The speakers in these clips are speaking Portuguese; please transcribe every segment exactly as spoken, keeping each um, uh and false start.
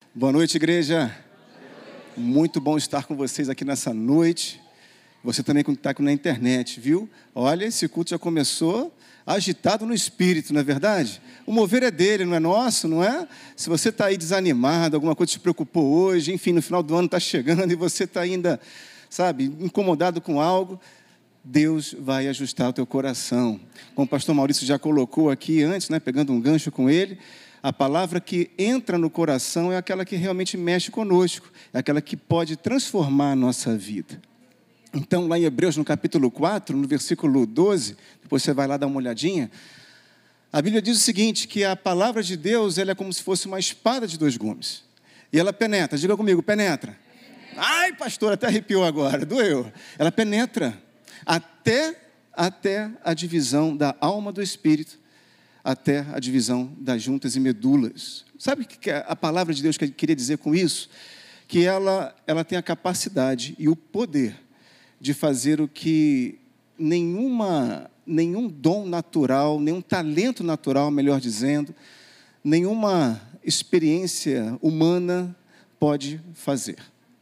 Boa noite, igreja. Muito bom estar com vocês aqui nessa noite. Você também que está na internet, viu? Olha, esse culto já começou agitado no espírito, não é verdade? O mover é dele, não é nosso, não é? Se você está aí desanimado, alguma coisa te preocupou hoje, enfim, no final do ano está chegando e você está ainda, sabe, incomodado com algo, Deus vai ajustar o teu coração. Como o pastor Maurício já colocou aqui antes, né, pegando um gancho com ele, a palavra que entra no coração é aquela que realmente mexe conosco, é aquela que pode transformar a nossa vida. Então, lá em Hebreus, no capítulo quatro, no versículo doze, depois você vai lá dar uma olhadinha, a Bíblia diz o seguinte, que a palavra de Deus ela é como se fosse uma espada de dois gumes. E ela penetra, diga comigo, penetra. Ai, pastor, até arrepiou agora, doeu. Ela penetra até, até a divisão da alma do espírito, até a divisão das juntas e medulas. Sabe o que a palavra de Deus queria dizer com isso? Que ela, ela tem a capacidade e o poder de fazer o que nenhuma, nenhum dom natural, nenhum talento natural, melhor dizendo, nenhuma experiência humana pode fazer.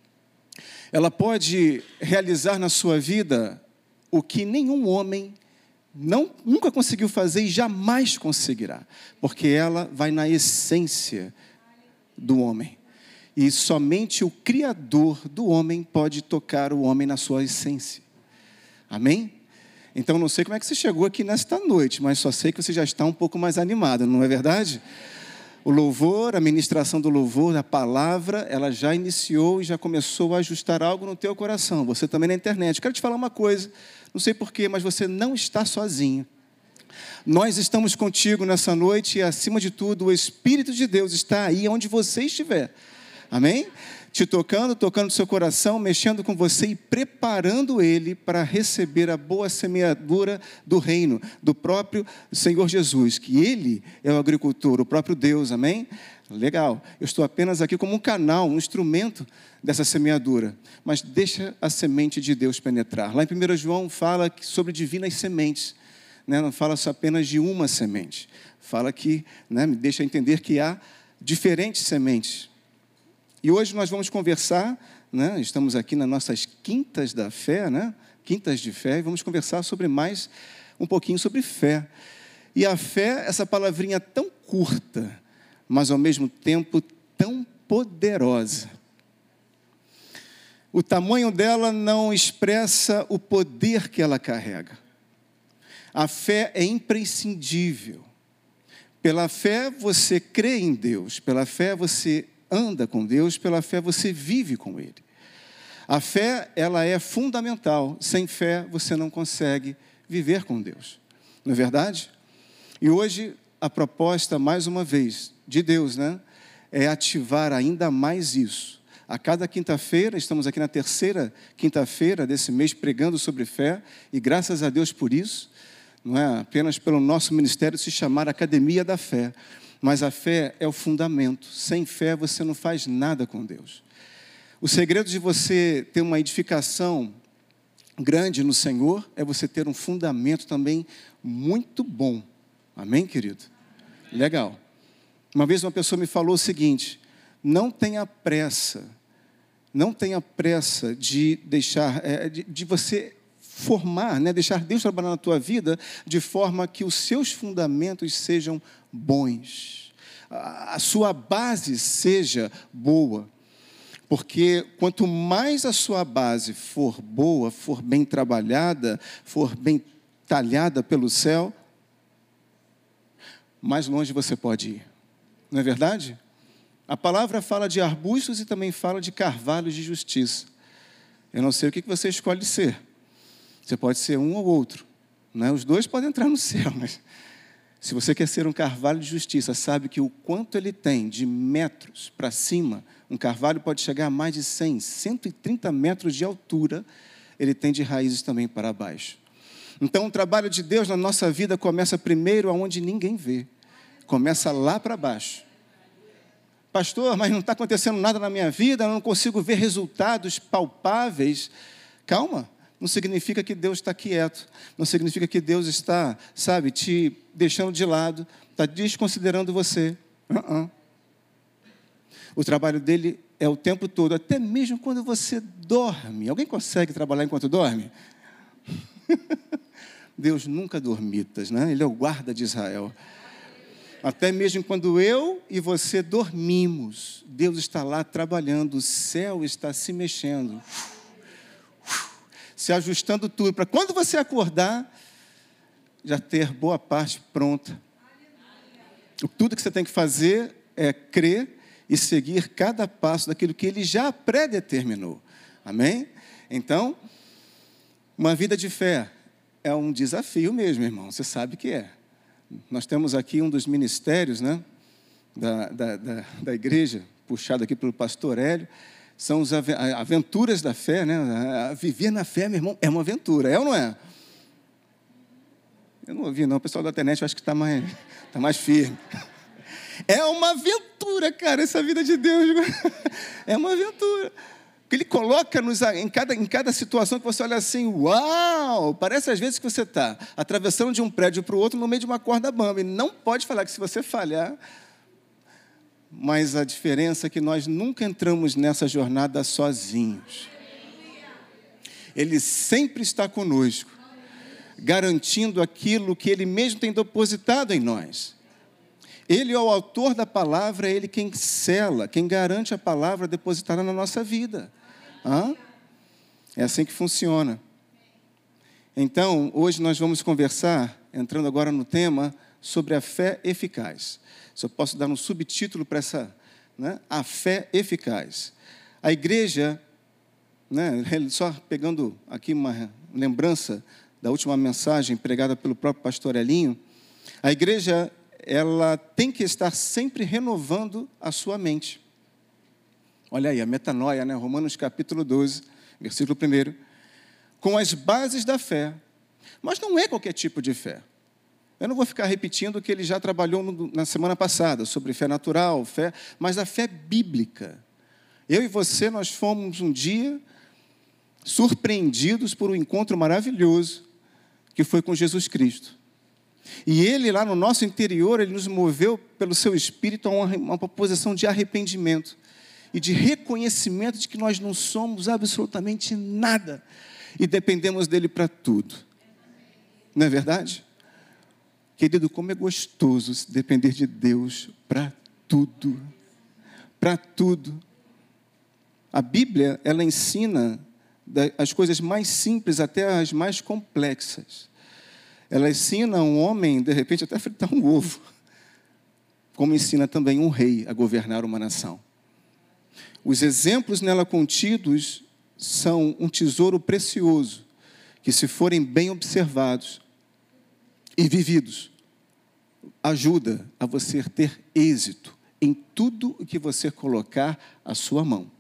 Ela pode realizar na sua vida o que nenhum homem não, nunca conseguiu fazer e jamais conseguirá, porque ela vai na essência do homem. E somente o Criador do homem pode tocar o homem na sua essência. Amém? Então, não sei como é que você chegou aqui nesta noite, mas só sei que você já está um pouco mais animado, não é verdade? O louvor, a ministração do louvor, a palavra, ela já iniciou e já começou a ajustar algo no teu coração. Você também na internet. Quero te falar uma coisa, não sei porquê, mas você não está sozinho. Nós estamos contigo nessa noite e, acima de tudo, o Espírito de Deus está aí onde você estiver. Amém? Te tocando, tocando o seu coração, mexendo com você e preparando ele para receber a boa semeadura do reino, do próprio Senhor Jesus, que ele é o agricultor, o próprio Deus, amém? Legal, eu estou apenas aqui como um canal, um instrumento dessa semeadura, mas deixa a semente de Deus penetrar. Lá em primeiro João fala sobre divinas sementes, né? Não fala só apenas de uma semente, fala que, né, me deixa entender que há diferentes sementes. E hoje nós vamos conversar, né? Estamos aqui nas nossas quintas da fé, né? Quintas de fé, e vamos conversar sobre mais um pouquinho sobre fé. E a fé, essa palavrinha tão curta, mas ao mesmo tempo tão poderosa. O tamanho dela não expressa o poder que ela carrega. A fé é imprescindível. Pela fé você crê em Deus, pela fé você anda com Deus, pela fé você vive com Ele. A fé, ela é fundamental. Sem fé, você não consegue viver com Deus. Não é verdade? E hoje, a proposta, mais uma vez, de Deus, né, é ativar ainda mais isso. A cada quinta-feira, estamos aqui na terceira quinta-feira desse mês pregando sobre fé, e graças a Deus por isso, não é apenas pelo nosso ministério se chamar Academia da Fé, mas a fé é o fundamento. Sem fé você não faz nada com Deus. O segredo de você ter uma edificação grande no Senhor é você ter um fundamento também muito bom. Amém, querido? Legal. Uma vez uma pessoa me falou o seguinte: não tenha pressa, não tenha pressa de deixar, é, de, de você formar, né, deixar Deus trabalhar na tua vida de forma que os seus fundamentos sejam bons, a sua base seja boa, porque quanto mais a sua base for boa, for bem trabalhada, for bem talhada pelo céu, mais longe você pode ir, não é verdade? A palavra fala de arbustos e também fala de carvalhos de justiça. Eu não sei o que você escolhe ser. Você pode ser um ou outro, né? Os dois podem entrar no céu, mas se você quer ser um carvalho de justiça, sabe que o quanto ele tem de metros para cima, um carvalho pode chegar a mais de cem, cento e trinta metros de altura, ele tem de raízes também para baixo. Então, o trabalho de Deus na nossa vida começa primeiro aonde ninguém vê, começa lá para baixo. Pastor, mas não está acontecendo nada na minha vida, eu não consigo ver resultados palpáveis. Calma. Não significa que Deus está quieto, não significa que Deus está, sabe, te deixando de lado, está desconsiderando você. Uh-uh. O trabalho dele é o tempo todo, até mesmo quando você dorme. Alguém consegue trabalhar enquanto dorme? Deus nunca dormitas, né? Ele é o guarda de Israel. Até mesmo quando eu e você dormimos, Deus está lá trabalhando, o céu está se mexendo, se ajustando tudo, para quando você acordar, já ter boa parte pronta. Tudo que você tem que fazer é crer e seguir cada passo daquilo que Ele já predeterminou. Amém? Então, uma vida de fé é um desafio mesmo, irmão. Você sabe que é. Nós temos aqui um dos ministérios, né, da, da, da, da igreja, puxado aqui pelo pastor Hélio, são as aventuras da fé, né? Viver na fé, meu irmão, é uma aventura, é ou não é? Eu não ouvi, não. O pessoal da internet eu acho que está mais, tá mais firme. É uma aventura, cara, essa vida de Deus. É uma aventura. Ele coloca-nos em cada, em cada situação que você olha assim, uau! Parece às vezes que você está atravessando de um prédio para o outro no meio de uma corda bamba. E não pode falar que se você falhar... Mas a diferença é que nós nunca entramos nessa jornada sozinhos. Ele sempre está conosco, garantindo aquilo que Ele mesmo tem depositado em nós. Ele é o autor da palavra, é Ele quem sela, quem garante a palavra depositada na nossa vida. Hã? É assim que funciona. Então, hoje nós vamos conversar, entrando agora no tema, sobre a fé eficaz. Se eu posso dar um subtítulo para essa, né? A fé eficaz. A igreja, né, só pegando aqui uma lembrança da última mensagem pregada pelo próprio pastor Elinho, a igreja, ela tem que estar sempre renovando a sua mente. Olha aí, a metanoia, né? Romanos capítulo doze, versículo primeiro. Com as bases da fé. Mas não é qualquer tipo de fé. Eu não vou ficar repetindo o que ele já trabalhou no, na semana passada, sobre fé natural, fé, mas a fé bíblica. Eu e você, nós fomos um dia surpreendidos por um encontro maravilhoso que foi com Jesus Cristo. E Ele, lá no nosso interior, Ele nos moveu pelo Seu Espírito a uma, uma posição de arrependimento e de reconhecimento de que nós não somos absolutamente nada e dependemos dEle para tudo. Não é verdade? Querido, como é gostoso depender de Deus para tudo. Para tudo. A Bíblia, ela ensina as coisas mais simples até as mais complexas. Ela ensina um homem, de repente, até a fritar um ovo. Como ensina também um rei a governar uma nação. Os exemplos nela contidos são um tesouro precioso, que se forem bem observados e vividos, ajuda a você ter êxito em tudo o que você colocar à sua mão.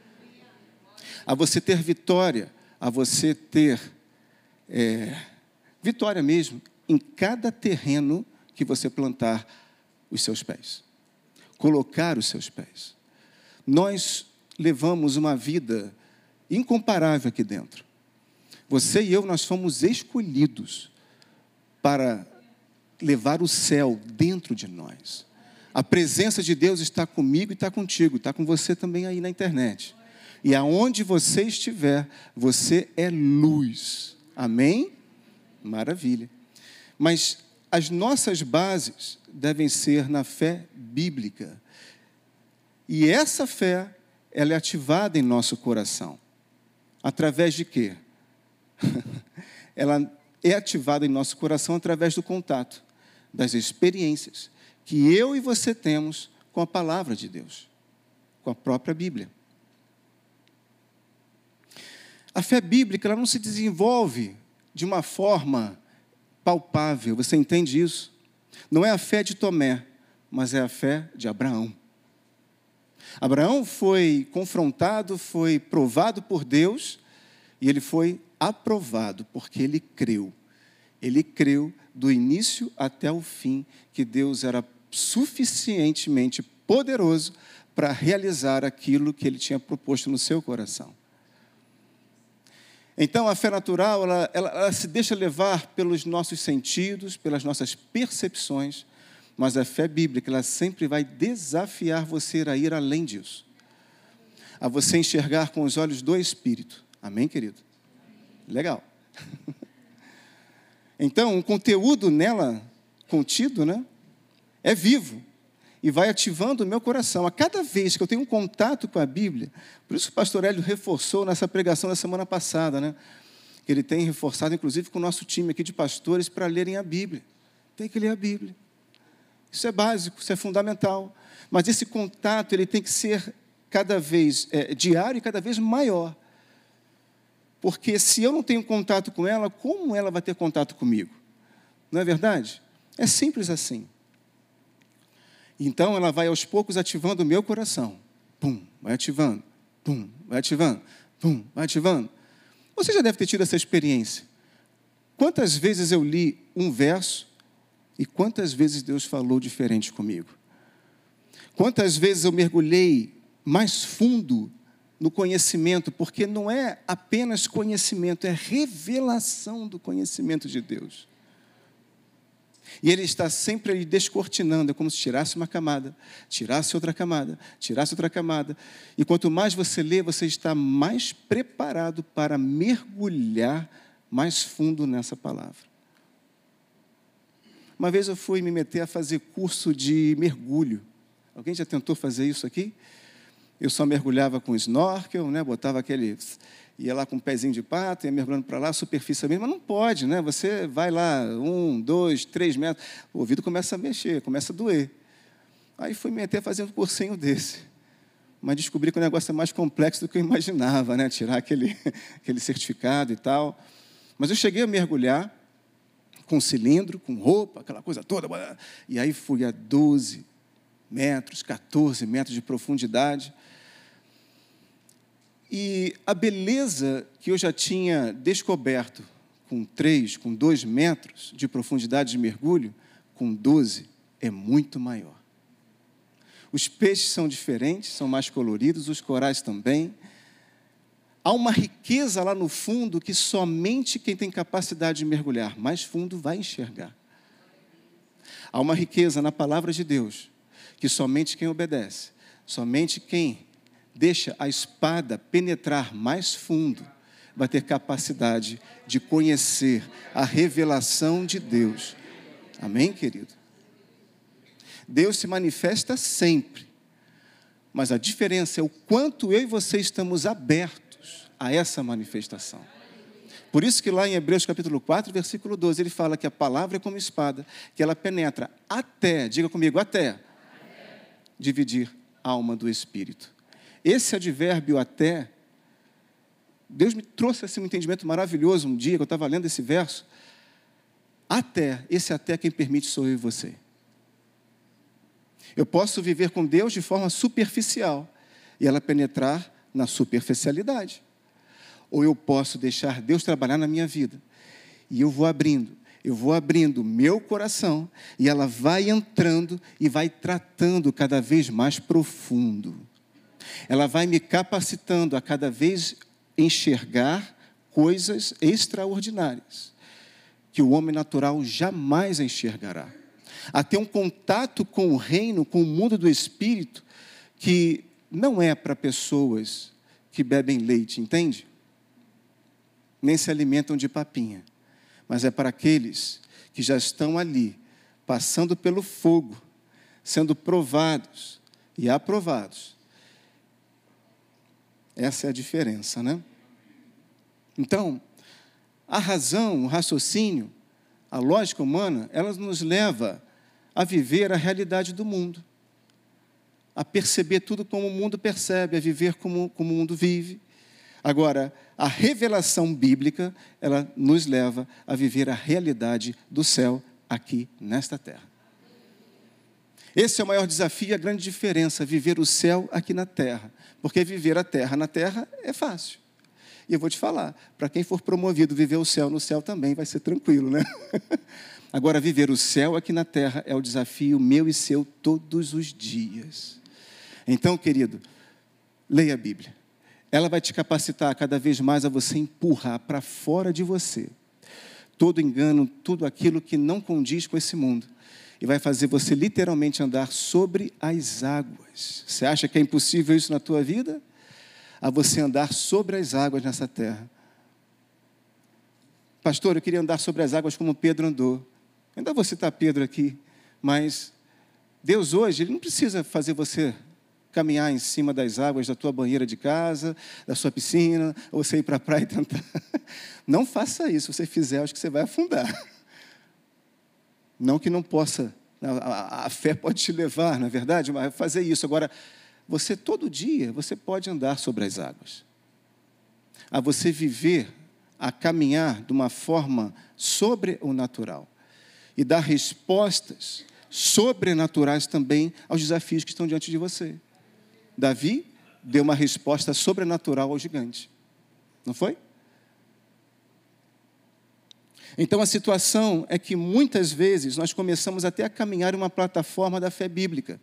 A você ter vitória, a você ter é, vitória mesmo em cada terreno que você plantar os seus pés. Colocar os seus pés. Nós levamos uma vida incomparável aqui dentro. Você e eu, nós fomos escolhidos para levar o céu dentro de nós. A presença de Deus está comigo e está contigo, está com você também aí na internet. E aonde você estiver, você é luz. Amém? Maravilha. Mas as nossas bases devem ser na fé bíblica. E essa fé, ela é ativada em nosso coração. Através de quê? Ela é ativada em nosso coração através do contato, das experiências que eu e você temos com a palavra de Deus, com a própria Bíblia. A fé bíblica, ela não se desenvolve de uma forma palpável, você entende isso? Não é a fé de Tomé, mas é a fé de Abraão. Abraão foi confrontado, foi provado por Deus, e ele foi aprovado, porque ele creu. Ele creu do início até o fim que Deus era suficientemente poderoso para realizar aquilo que ele tinha proposto no seu coração. Então, a fé natural, ela, ela, ela se deixa levar pelos nossos sentidos, pelas nossas percepções, Mas a fé bíblica, ela sempre vai desafiar você a ir além disso. A você enxergar com os olhos do Espírito. Amém, querido? Legal. Então, o conteúdo nela, contido, né, é vivo. E vai ativando o meu coração. A cada vez que eu tenho um contato com a Bíblia, por isso o pastor Hélio reforçou nessa pregação da semana passada, né? Que ele tem reforçado, inclusive, com o nosso time aqui de pastores, para lerem a Bíblia. Tem que ler a Bíblia. Isso é básico, isso é fundamental. Mas esse contato, ele tem que ser cada vez é, diário e cada vez maior. Porque se eu não tenho contato com ela, como ela vai ter contato comigo? Não é verdade? É simples assim. Então, ela vai aos poucos ativando o meu coração. Pum, vai ativando. Pum, vai ativando. Pum, vai ativando. Você já deve ter tido essa experiência. Quantas vezes eu li um verso e quantas vezes Deus falou diferente comigo? Quantas vezes eu mergulhei mais fundo no conhecimento, porque não é apenas conhecimento, é revelação do conhecimento de Deus. E Ele está sempre ali descortinando, é como se tirasse uma camada, tirasse outra camada, tirasse outra camada. E quanto mais você lê, você está mais preparado para mergulhar mais fundo nessa palavra. Uma vez eu fui me meter a fazer curso de mergulho. Alguém já tentou fazer isso aqui? Eu só mergulhava com snorkel, né? Botava aquele... ia lá com um pezinho de pato, ia mergulhando para lá, superfície mesmo, mas não pode, né? Você vai lá, um, dois, três metros, o ouvido começa a mexer, começa a doer. Aí fui me meter a fazer um cursinho desse. Mas descobri que o negócio é mais complexo do que eu imaginava, né? Tirar aquele, aquele certificado e tal. Mas eu cheguei a mergulhar com cilindro, com roupa, aquela coisa toda. E aí fui a doze metros, quatorze metros de profundidade. E a beleza que eu já tinha descoberto com três, com dois metros de profundidade de mergulho, com doze, é muito maior. Os peixes são diferentes, são mais coloridos, os corais também. Há uma riqueza lá no fundo que somente quem tem capacidade de mergulhar mais fundo vai enxergar. Há uma riqueza na palavra de Deus que somente quem obedece, somente quem deixa a espada penetrar mais fundo, vai ter capacidade de conhecer a revelação de Deus. Amém, querido? Deus se manifesta sempre, mas a diferença é o quanto eu e você estamos abertos a essa manifestação. Por isso que lá em Hebreus capítulo quatro, versículo doze, ele fala que a palavra é como espada, que ela penetra até, diga comigo, até, até. dividir a alma do espírito. Esse advérbio até, Deus me trouxe assim, um entendimento maravilhoso um dia, que eu estava lendo esse verso. Até, esse até quem permite sou eu e você. Eu posso viver com Deus de forma superficial e ela penetrar na superficialidade. Ou eu posso deixar Deus trabalhar na minha vida e eu vou abrindo, eu vou abrindo meu coração e ela vai entrando e vai tratando cada vez mais profundo. Ela vai me capacitando a cada vez enxergar coisas extraordinárias que o homem natural jamais enxergará. A ter um contato com o reino, com o mundo do Espírito, que não é para pessoas que bebem leite, entende? Nem se alimentam de papinha, mas é para aqueles que já estão ali, passando pelo fogo, sendo provados e aprovados. Essa é a diferença, né? Então, a razão, o raciocínio, a lógica humana, ela nos leva a viver a realidade do mundo, a perceber tudo como o mundo percebe, a viver como, como o mundo vive. Agora, a revelação bíblica, ela nos leva a viver a realidade do céu aqui nesta terra. Esse é o maior desafio e a grande diferença, viver o céu aqui na terra. Porque viver a terra na terra é fácil. E eu vou te falar, para quem for promovido, viver o céu no céu também vai ser tranquilo, né? Agora, viver o céu aqui na terra é o desafio meu e seu todos os dias. Então, querido, leia a Bíblia. Ela vai te capacitar cada vez mais a você empurrar para fora de você todo engano, tudo aquilo que não condiz com esse mundo. e vai fazer você literalmente andar sobre as águas. Você acha que é impossível isso na tua vida? A você andar sobre as águas nessa terra. Pastor, eu queria andar sobre as águas como Pedro andou. Ainda vou citar Pedro aqui, mas Deus hoje, Ele não precisa fazer você caminhar em cima das águas da tua banheira de casa, da sua piscina, ou você ir para a praia e tentar. Não faça isso. Se você fizer, acho que você vai afundar. Não que não possa, a, a, a fé pode te levar, não é verdade? Mas fazer isso. Agora, você todo dia, você pode andar sobre as águas. A você viver, a caminhar de uma forma sobre o natural. E dar respostas sobrenaturais também aos desafios que estão diante de você. Davi deu uma resposta sobrenatural ao gigante. Não foi? Então, a situação é que, muitas vezes, nós começamos até a caminhar em uma plataforma da fé bíblica.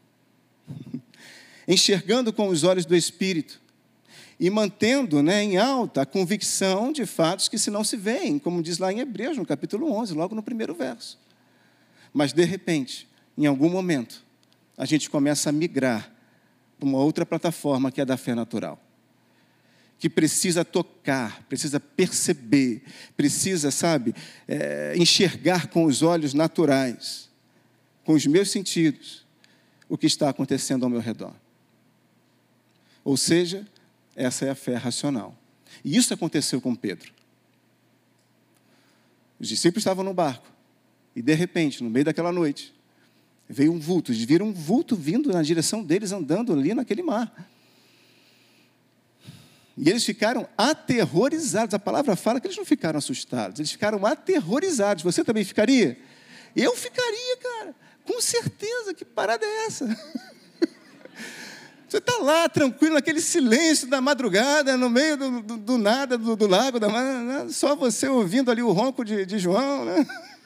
Enxergando com os olhos do Espírito. E mantendo, né, em alta a convicção de fatos que se não se veem, como diz lá em Hebreus, no capítulo onze, logo no primeiro verso. Mas, de repente, em algum momento, a gente começa a migrar para uma outra plataforma que é da fé natural. Que precisa tocar, precisa perceber, precisa, sabe, é, enxergar com os olhos naturais, com os meus sentidos, o que está acontecendo ao meu redor. Ou seja, essa é a fé racional. E isso aconteceu com Pedro. Os discípulos estavam no barco, e de repente, no meio daquela noite, veio um vulto, eles viram um vulto vindo na direção deles, andando ali naquele mar. E eles ficaram aterrorizados. A palavra fala que eles não ficaram assustados, eles ficaram aterrorizados. Você também ficaria? Eu ficaria, cara. Com certeza, que parada é essa? Você está lá, tranquilo, naquele silêncio da madrugada, no meio do, do, do nada, do, do lago, da, né? Só você ouvindo ali o ronco de, de João, né?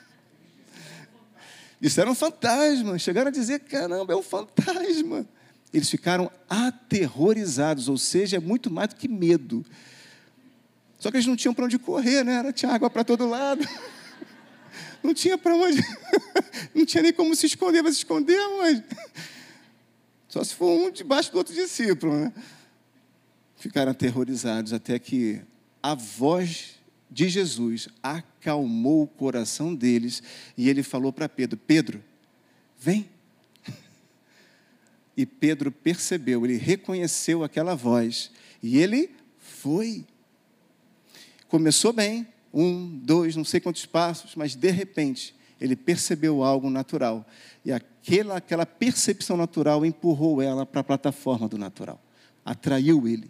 Isso era um fantasma. Chegaram a dizer, caramba, é um fantasma. Eles ficaram aterrorizados, ou seja, é muito mais do que medo. Só que eles não tinham para onde correr, né? Era, tinha água para todo lado. Não tinha para onde... Não tinha nem como se esconder, vai se esconder, mas... Só se for um debaixo do outro discípulo, né? Ficaram aterrorizados até que a voz de Jesus acalmou o coração deles e ele falou para Pedro, Pedro, vem. E Pedro percebeu, ele reconheceu aquela voz e ele foi. Começou bem, um, dois, não sei quantos passos, mas de repente ele percebeu algo natural. E aquela, aquela percepção natural empurrou ela para a plataforma do natural. Atraiu ele.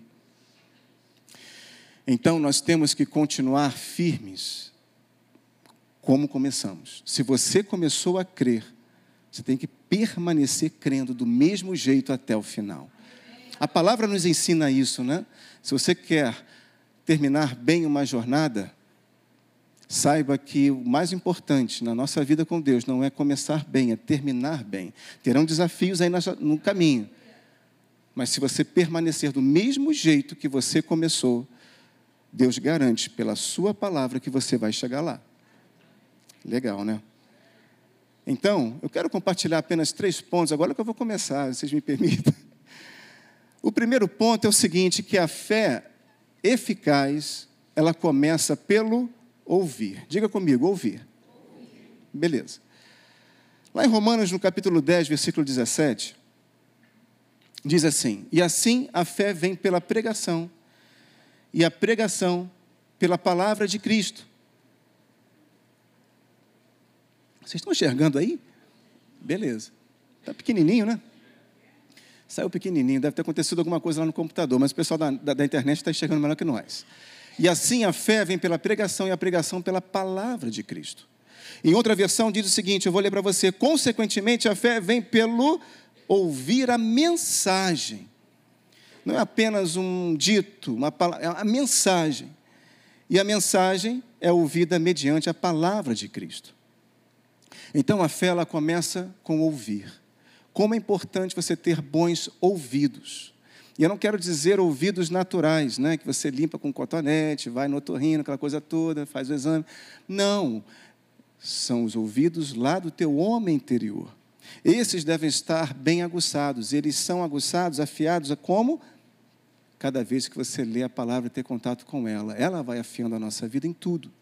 Então, nós temos que continuar firmes como começamos. Se você começou a crer, você tem que permanecer crendo do mesmo jeito até o final. A palavra nos ensina isso, né? Se você quer terminar bem uma jornada, saiba que o mais importante na nossa vida com Deus não é começar bem, é terminar bem. Terão desafios aí no caminho. Mas se você permanecer do mesmo jeito que você começou, Deus garante pela sua palavra que você vai chegar lá. Legal, né? Então, eu quero compartilhar apenas três pontos, agora que eu vou começar, vocês me permitem. O primeiro ponto é o seguinte, que a fé eficaz, ela começa pelo ouvir. Diga comigo, ouvir. Beleza. Lá em Romanos, no capítulo dez, versículo dezessete, diz assim, e assim a fé vem pela pregação, e a pregação pela palavra de Cristo. Vocês estão enxergando aí? Beleza. Está pequenininho, né? Saiu pequenininho, deve ter acontecido alguma coisa lá no computador, mas o pessoal da, da, da internet está enxergando melhor que nós. E assim a fé vem pela pregação e a pregação pela palavra de Cristo. Em outra versão diz o seguinte, eu vou ler para você, consequentemente a fé vem pelo ouvir a mensagem. Não é apenas um dito, uma palavra, é a mensagem. E a mensagem é ouvida mediante a palavra de Cristo. Então a fé ela começa com ouvir. Como é importante você ter bons ouvidos. E eu não quero dizer ouvidos naturais, né? Que você limpa com cotonete, vai no otorrino, aquela coisa toda, faz o exame. Não. são os ouvidos lá do teu homem interior. Esses devem estar bem aguçados. Eles são aguçados, afiados a como? Cada vez que você lê a palavra e ter contato com ela. Ela vai afiando a nossa vida em tudo.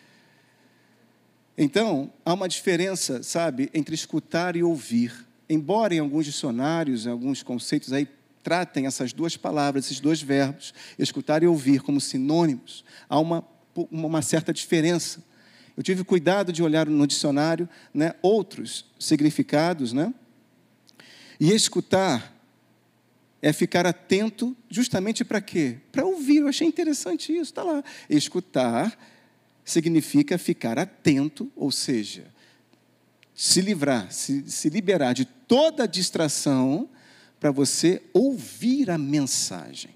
Então, há uma diferença, sabe, entre escutar e ouvir. Embora em alguns dicionários, em alguns conceitos aí, tratem essas duas palavras, esses dois verbos, escutar e ouvir, como sinônimos, há uma, uma certa diferença. Eu tive cuidado de olhar no dicionário, né, outros significados, né? E escutar é ficar atento justamente para quê? Para ouvir. Eu achei interessante isso, está lá. Escutar significa ficar atento, ou seja, se livrar, se, se liberar de toda distração para você ouvir a mensagem.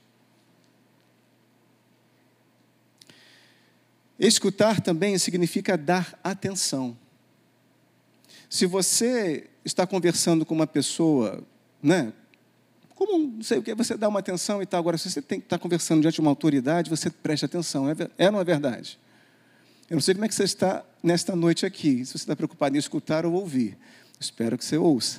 Escutar também significa dar atenção. Se você está conversando com uma pessoa, né, como, não sei o que, você dá uma atenção e tal. Agora, se você tem que estar conversando diante de uma autoridade, você presta atenção. É, é ou não é verdade? Eu não sei como é que você está nesta noite aqui, se você está preocupado em escutar ou ouvir. Espero que você ouça.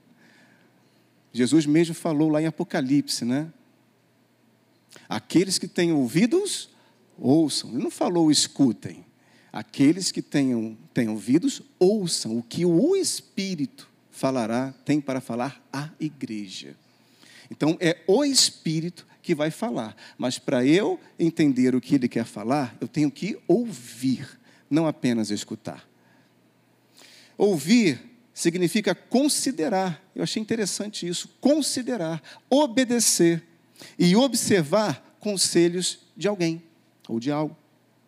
Jesus mesmo falou lá em Apocalipse, né? Aqueles que têm ouvidos, ouçam. Ele não falou escutem. Aqueles que tenham, tenham ouvidos, ouçam o que o Espírito falará, tem para falar à igreja. Então, é o Espírito que vai falar. Mas para eu entender o que ele quer falar, eu tenho que ouvir, não apenas escutar. Ouvir significa considerar. Eu achei interessante isso. Considerar, obedecer e observar conselhos de alguém ou de algo.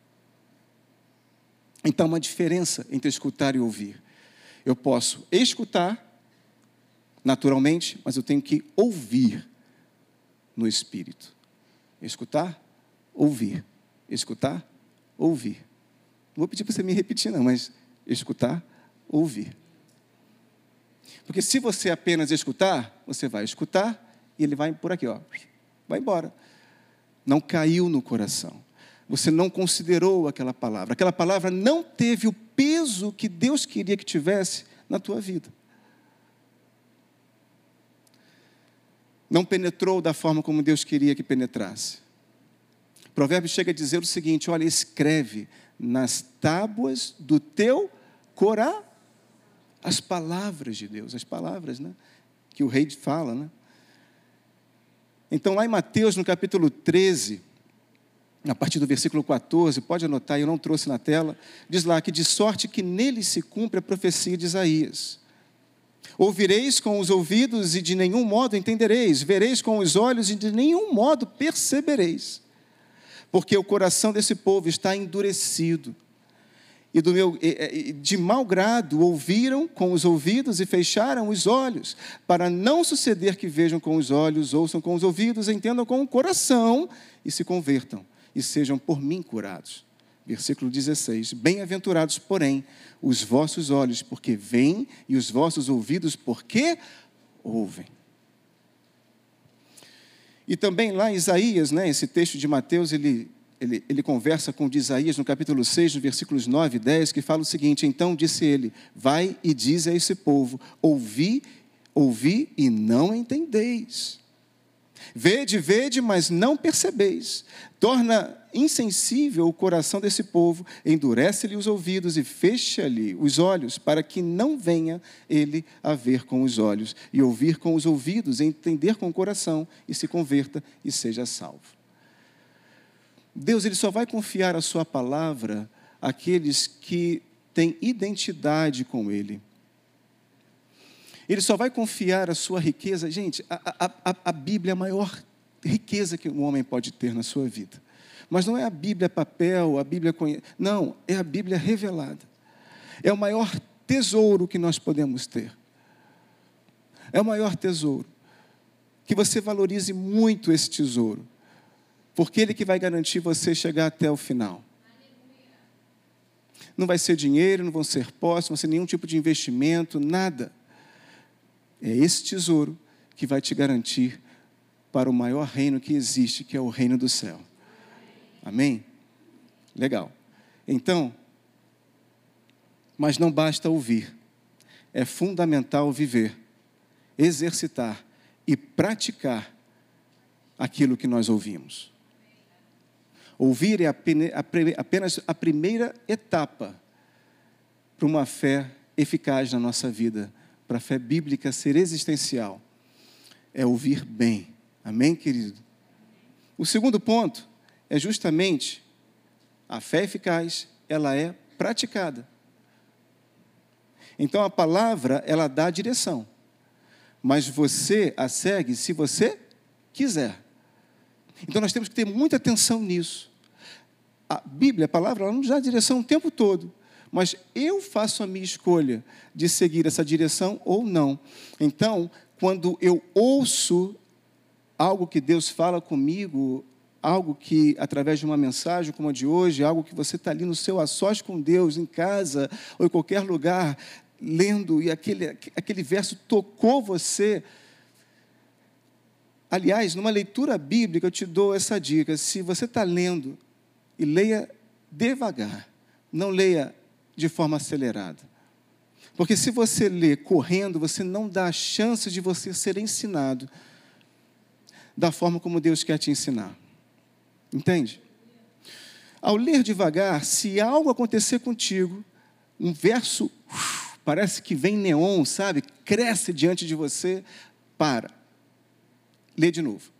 Então, uma diferença entre escutar e ouvir. Eu posso escutar naturalmente, mas eu tenho que ouvir no Espírito. Escutar, ouvir. Escutar, ouvir. Não vou pedir para você me repetir, não, mas escutar, ouvir. Porque se você apenas escutar, você vai escutar e ele vai por aqui, ó, vai embora. Não caiu no coração. Você não considerou aquela palavra. Aquela palavra não teve o peso que Deus queria que tivesse na tua vida. Não penetrou da forma como Deus queria que penetrasse. O provérbio chega a dizer o seguinte: olha, escreve nas tábuas do teu coração as palavras de Deus, as palavras, né, que o rei fala, né? Então, lá em Mateus, no capítulo treze, a partir do versículo quatorze, pode anotar, eu não trouxe na tela, diz lá que de sorte que nele se cumpre a profecia de Isaías. Ouvireis com os ouvidos e de nenhum modo entendereis, vereis com os olhos e de nenhum modo percebereis, porque o coração desse povo está endurecido, e do meu, de mau grado ouviram com os ouvidos e fecharam os olhos, para não suceder que vejam com os olhos, ouçam com os ouvidos, entendam com o coração e se convertam, e sejam por mim curados. Versículo dezesseis, bem-aventurados, porém, os vossos olhos, porque veem, e os vossos ouvidos, porque ouvem. E também lá em Isaías, né, esse texto de Mateus, ele, ele, ele conversa com o de Isaías, no capítulo seis, nos versículos nove e dez, que fala o seguinte: então disse ele, vai e diz a esse povo, ouvi, ouvi e não entendeis. Vede, vede, mas não percebeis. Torna insensível o coração desse povo, endurece-lhe os ouvidos e fecha-lhe os olhos, para que não venha ele a ver com os olhos, e ouvir com os ouvidos, e entender com o coração, e se converta e seja salvo. Deus, ele só vai confiar a sua palavra àqueles que têm identidade com ele. Ele só vai confiar a sua riqueza. Gente, a, a, a Bíblia é a maior riqueza que um homem pode ter na sua vida. Mas não é a Bíblia papel, a Bíblia conhe... Não, é a Bíblia revelada. É o maior tesouro que nós podemos ter. É o maior tesouro. Que você valorize muito esse tesouro. Porque ele que vai garantir você chegar até o final. Não vai ser dinheiro, não vão ser posses, não vai ser nenhum tipo de investimento, nada. É esse tesouro que vai te garantir para o maior reino que existe, que é o reino do céu. Amém? Legal. Então, Mas não basta ouvir, é fundamental viver, exercitar e praticar aquilo que nós ouvimos. Ouvir é apenas a primeira etapa para uma fé eficaz na nossa vida, para a fé bíblica ser existencial. É ouvir bem. Amém, querido? O segundo ponto é justamente a fé eficaz, ela é praticada. Então, a palavra, ela dá a direção, mas você a segue se você quiser. Então, nós temos que ter muita atenção nisso. A Bíblia, a palavra, ela nos dá a direção o tempo todo, mas eu faço a minha escolha de seguir essa direção ou não. Então, quando eu ouço algo que Deus fala comigo, algo que, através de uma mensagem como a de hoje, algo que você está ali no seu a sós com Deus, em casa, ou em qualquer lugar, lendo, e aquele, aquele verso tocou você. Aliás, numa leitura bíblica, eu te dou essa dica: se você está lendo, e leia devagar, não leia de forma acelerada. Porque se você lê correndo, você não dá a chance de você ser ensinado da forma como Deus quer te ensinar. Entende? Ao ler devagar, se algo acontecer contigo, um verso uf, parece que vem neon, sabe? Cresce diante de você, para. Lê de novo.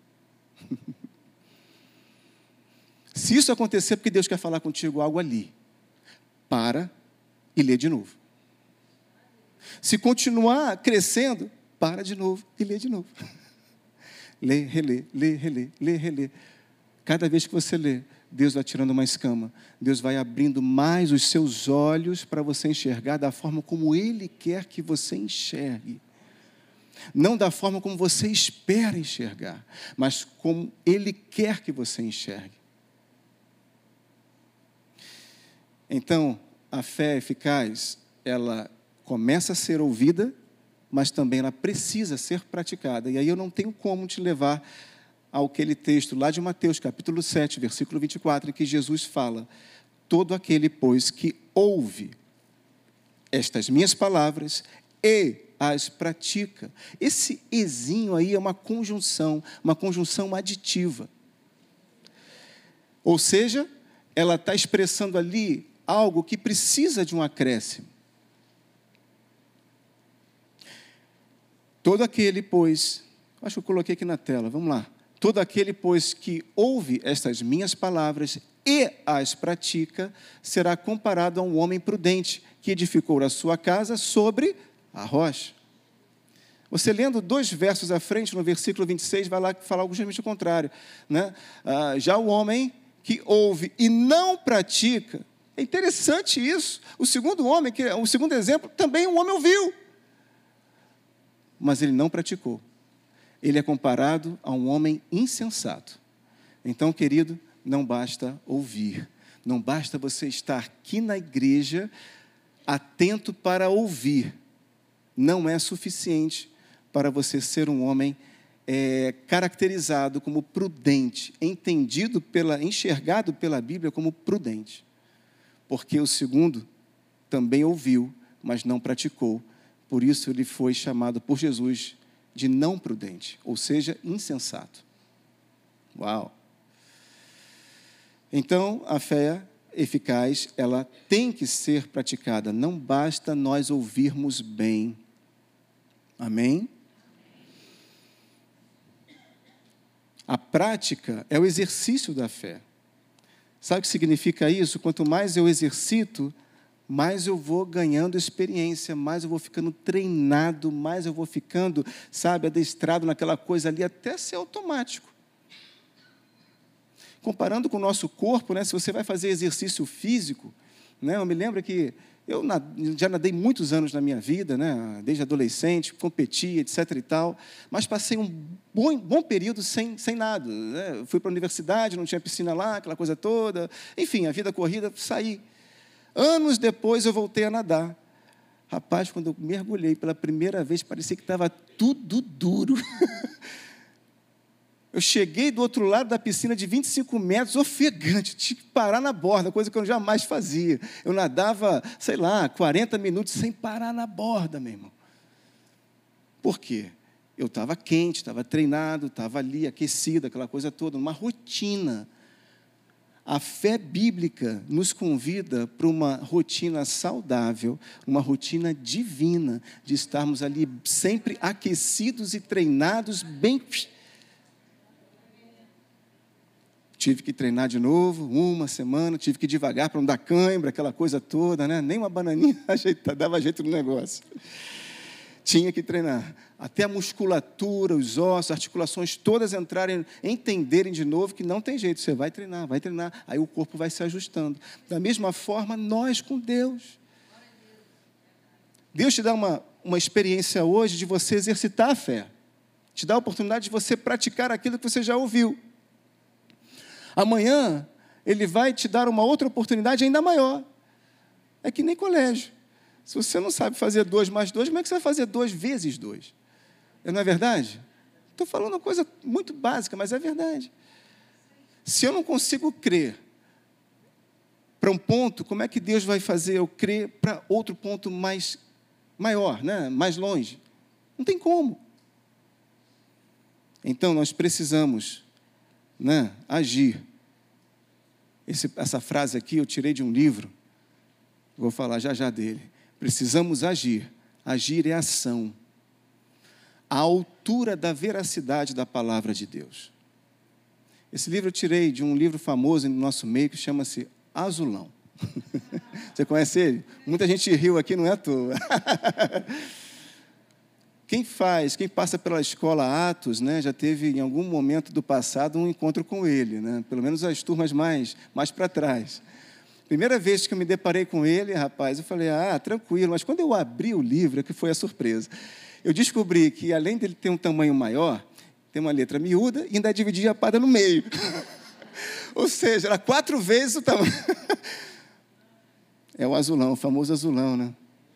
Se isso acontecer, porque Deus quer falar contigo algo ali, para e lê de novo. Se continuar crescendo, para de novo e lê de novo. Lê, relê, lê, relê, lê, relê. Cada vez que você lê, Deus vai tirando uma escama. Deus vai abrindo mais os seus olhos para você enxergar da forma como Ele quer que você enxergue. Não da forma como você espera enxergar, mas como Ele quer que você enxergue. Então, a fé eficaz, ela começa a ser ouvida, mas também ela precisa ser praticada. E aí eu não tenho como te levar àquele texto lá de Mateus, capítulo sete, versículo vinte e quatro, em que Jesus fala: todo aquele, pois, que ouve estas minhas palavras e as pratica. Esse ezinho aí é uma conjunção, uma conjunção aditiva. Ou seja, ela está expressando ali algo que precisa de um acréscimo. Todo aquele, pois, acho que eu coloquei aqui na tela, vamos lá. Todo aquele, pois, que ouve estas minhas palavras e as pratica, será comparado a um homem prudente, que edificou a sua casa sobre a rocha. Você lendo dois versos à frente, no versículo vinte e seis, vai lá falar algo justamente o contrário. Né? Ah, já o homem que ouve e não pratica, é interessante isso. O segundo homem, que, o segundo exemplo, também um homem ouviu, mas ele não praticou. Ele é comparado a um homem insensato. Então, querido, não basta ouvir, não basta você estar aqui na igreja atento para ouvir. Não é suficiente para você ser um homem é, caracterizado como prudente, entendido pela, enxergado pela Bíblia como prudente. Porque o segundo também ouviu, mas não praticou. Por isso ele foi chamado por Jesus de não prudente, ou seja, insensato. Uau! Então, a fé eficaz, ela tem que ser praticada. Não basta nós ouvirmos bem. Amém? A prática é o exercício da fé. Sabe o que significa isso? Quanto mais eu exercito, mais eu vou ganhando experiência, mais eu vou ficando treinado, mais eu vou ficando, sabe, adestrado naquela coisa ali, até ser automático. Comparando com o nosso corpo, né, se você vai fazer exercício físico, né, eu me lembro que eu já nadei muitos anos na minha vida, né, desde adolescente, competia, etc e tal, mas passei um bom, bom período sem, sem nada. Né, fui para a universidade, não tinha piscina lá, aquela coisa toda, enfim, a vida corrida, saí. Anos depois eu voltei a nadar. Rapaz, quando eu mergulhei pela primeira vez, parecia que estava tudo duro. Eu cheguei do outro lado da piscina de vinte e cinco metros, ofegante, tinha que parar na borda, coisa que eu jamais fazia. Eu nadava, sei lá, quarenta minutos sem parar na borda, meu irmão. Por quê? Eu estava quente, estava treinado, estava ali aquecido, aquela coisa toda, uma rotina. A fé bíblica nos convida para uma rotina saudável, uma rotina divina, de estarmos ali sempre aquecidos e treinados, bem... Tive que treinar de novo, uma semana, tive que ir devagar para não dar cãibra, aquela coisa toda, né? Nem uma bananinha ajeita, dava jeito no negócio. Tinha que treinar. Até a musculatura, os ossos, articulações todas entrarem, entenderem de novo que não tem jeito, você vai treinar, vai treinar, aí o corpo vai se ajustando. Da mesma forma, nós com Deus. Deus te dá uma, uma experiência hoje de você exercitar a fé. Te dá a oportunidade de você praticar aquilo que você já ouviu. Amanhã, Ele vai te dar uma outra oportunidade ainda maior. É que nem colégio. Se você não sabe fazer dois mais dois, como é que você vai fazer dois vezes dois? Não é verdade? Estou falando uma coisa muito básica, mas é verdade. Se eu não consigo crer para um ponto, como é que Deus vai fazer eu crer para outro ponto mais maior, né? Mais longe? Não tem como. Então, nós precisamos... Né? Agir. Esse, essa frase aqui eu tirei de um livro, vou falar já já dele. Precisamos agir. Agir é ação. À altura da veracidade da palavra de Deus. Esse livro eu tirei de um livro famoso no nosso meio que chama-se Azulão. Você conhece ele? Muita gente riu aqui, não é à toa. Quem faz, quem passa pela escola Atos, né, já teve em algum momento do passado um encontro com ele, né, pelo menos as turmas mais, mais para trás. Primeira vez que eu me deparei com ele, rapaz, eu falei, ah, tranquilo, mas quando eu abri o livro, é que foi a surpresa. Eu descobri que, além dele ter um tamanho maior, tem uma letra miúda e ainda dividia a parada no meio. Ou seja, era quatro vezes o tamanho. É o azulão, o famoso azulão, né?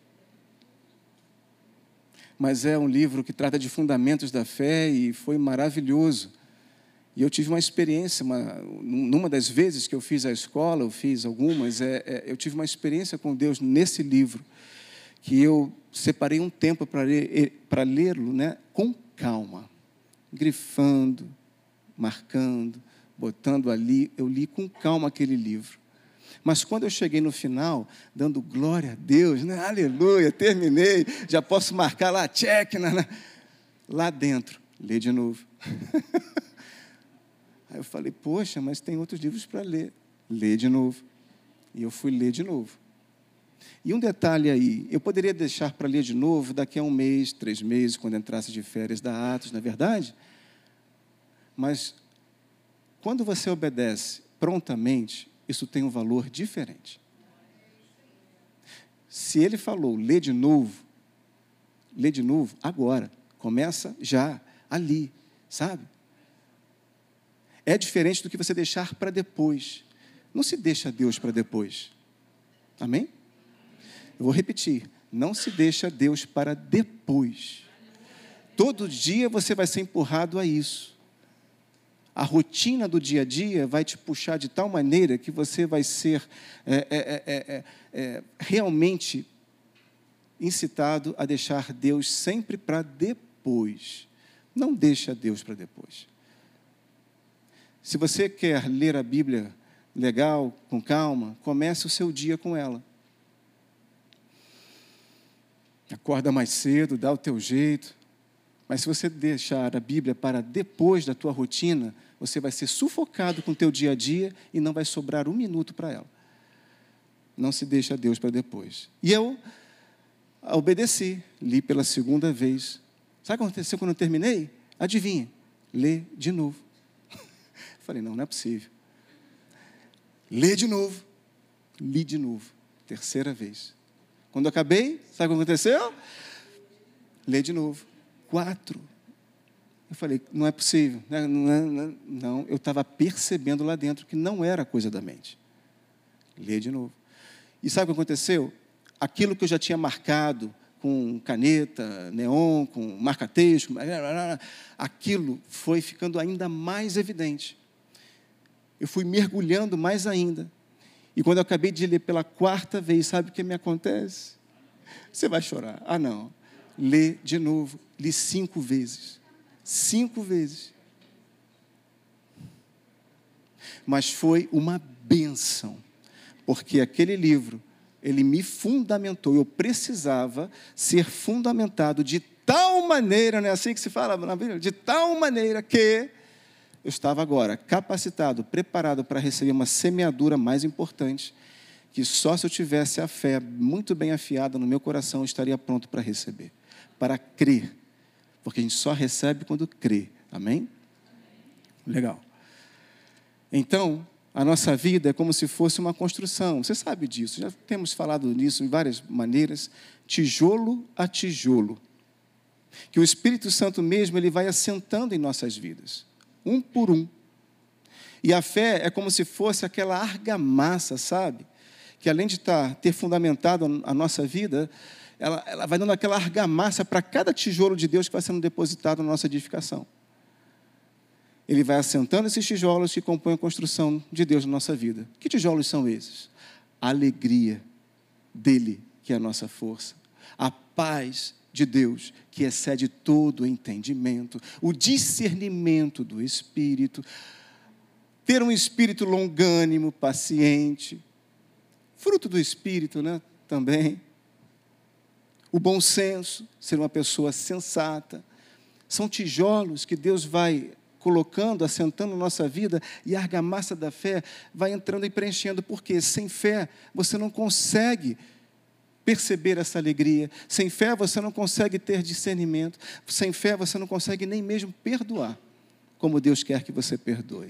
Mas é um livro que trata de fundamentos da fé e foi maravilhoso. E eu tive uma experiência, uma, numa das vezes que eu fiz a escola, eu fiz algumas, é, é, eu tive uma experiência com Deus nesse livro, que eu separei um tempo para ler, para lê-lo, né, com calma, grifando, marcando, botando ali, eu li com calma aquele livro. Mas quando eu cheguei no final, dando glória a Deus, né? Aleluia, terminei, já posso marcar lá, check, né? Lá dentro, lê de novo. Aí eu falei, poxa, mas tem outros livros para ler. Lê de novo. E eu fui ler de novo. E um detalhe aí, eu poderia deixar para ler de novo daqui a um mês, três meses, quando entrasse de férias da Atos, não é verdade? Mas quando você obedece prontamente, isso tem um valor diferente. Se ele falou, lê de novo, lê de novo agora, começa já, ali, sabe? É diferente do que você deixar para depois. Não se deixa Deus para depois. Amém? Eu vou repetir, não se deixa Deus para depois. Todo dia você vai ser empurrado a isso. A rotina do dia a dia vai te puxar de tal maneira que você vai ser é, é, é, é, é, realmente incitado a deixar Deus sempre para depois. Não deixa Deus para depois. Se você quer ler a Bíblia legal, com calma, comece o seu dia com ela. Acorda mais cedo, dá o teu jeito. Mas se você deixar a Bíblia para depois da tua rotina, você vai ser sufocado com o teu dia a dia e não vai sobrar um minuto para ela. Não se deixa a Deus para depois. E eu obedeci, li pela segunda vez. Sabe o que aconteceu quando eu terminei? Adivinha? Lê de novo. Falei, não, não é possível. Lê de novo. Li de novo. Terceira vez. Quando eu acabei, sabe o que aconteceu? Lê de novo. Quatro. Eu falei, não é possível. Não, não, não. Eu estava percebendo lá dentro que não era coisa da mente. Lê de novo. E sabe o que aconteceu? Aquilo que eu já tinha marcado com caneta, neon, com marca-texto. Aquilo foi ficando ainda mais evidente. Eu fui mergulhando mais ainda. E quando eu acabei de ler pela quarta vez, sabe o que me acontece? Você vai chorar. Ah, não. Lê de novo. Li cinco vezes. Cinco vezes. Mas foi uma bênção, porque aquele livro, ele me fundamentou. Eu precisava ser fundamentado de tal maneira, não é assim que se fala na Bíblia? De tal maneira que eu estava agora capacitado, preparado para receber uma semeadura mais importante, que só se eu tivesse a fé muito bem afiada no meu coração, eu estaria pronto para receber, para crer, porque a gente só recebe quando crê, amém? Legal. Então, a nossa vida é como se fosse uma construção, você sabe disso, já temos falado nisso em várias maneiras, tijolo a tijolo, que o Espírito Santo mesmo, ele vai assentando em nossas vidas, um por um, e a fé é como se fosse aquela argamassa, sabe, que além de estar, ter fundamentado a nossa vida, ela, ela vai dando aquela argamassa para cada tijolo de Deus que vai sendo depositado na nossa edificação. Ele vai assentando esses tijolos que compõem a construção de Deus na nossa vida. Que tijolos são esses? A alegria dele, que é a nossa força. A paz de Deus, que excede todo o entendimento. O discernimento do Espírito. Ter um espírito longânimo, paciente. Fruto do Espírito, né? Também. O bom senso, ser uma pessoa sensata. São tijolos que Deus vai colocando, assentando na nossa vida, e a argamassa da fé vai entrando e preenchendo, porque sem fé você não consegue perceber essa alegria, sem fé você não consegue ter discernimento, sem fé você não consegue nem mesmo perdoar, como Deus quer que você perdoe.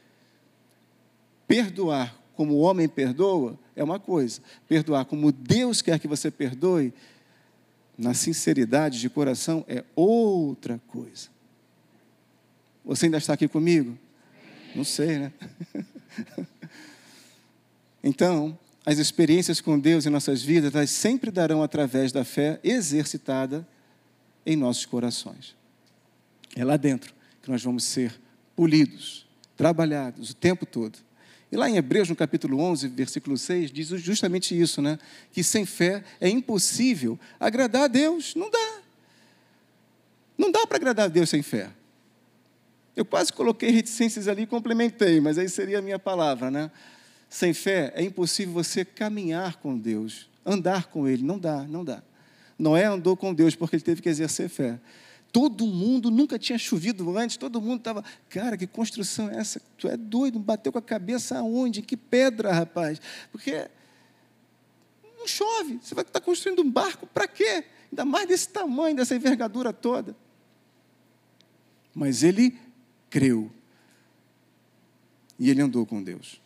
Perdoar como o homem perdoa é uma coisa, perdoar como Deus quer que você perdoe, na sinceridade de coração, é outra coisa. Você ainda está aqui comigo? Não sei, né? Então, as experiências com Deus em nossas vidas, elas sempre darão através da fé exercitada em nossos corações. É lá dentro que nós vamos ser polidos, trabalhados o tempo todo. E lá em Hebreus, no capítulo onze, versículo seis, diz justamente isso, né? Que sem fé é impossível agradar a Deus. Não dá. Não dá para agradar a Deus sem fé. Eu quase coloquei reticências ali e complementei, mas aí seria a minha palavra, né? Sem fé é impossível você caminhar com Deus, andar com Ele, não dá, não dá. Noé andou com Deus porque ele teve que exercer fé. Todo mundo, nunca tinha chovido antes, todo mundo estava, cara, que construção é essa? Tu é doido, bateu com a cabeça aonde? Em que pedra, rapaz? Porque não chove, você vai estar construindo um barco, para quê? Ainda mais desse tamanho, dessa envergadura toda. Mas ele creu. E ele andou com Deus.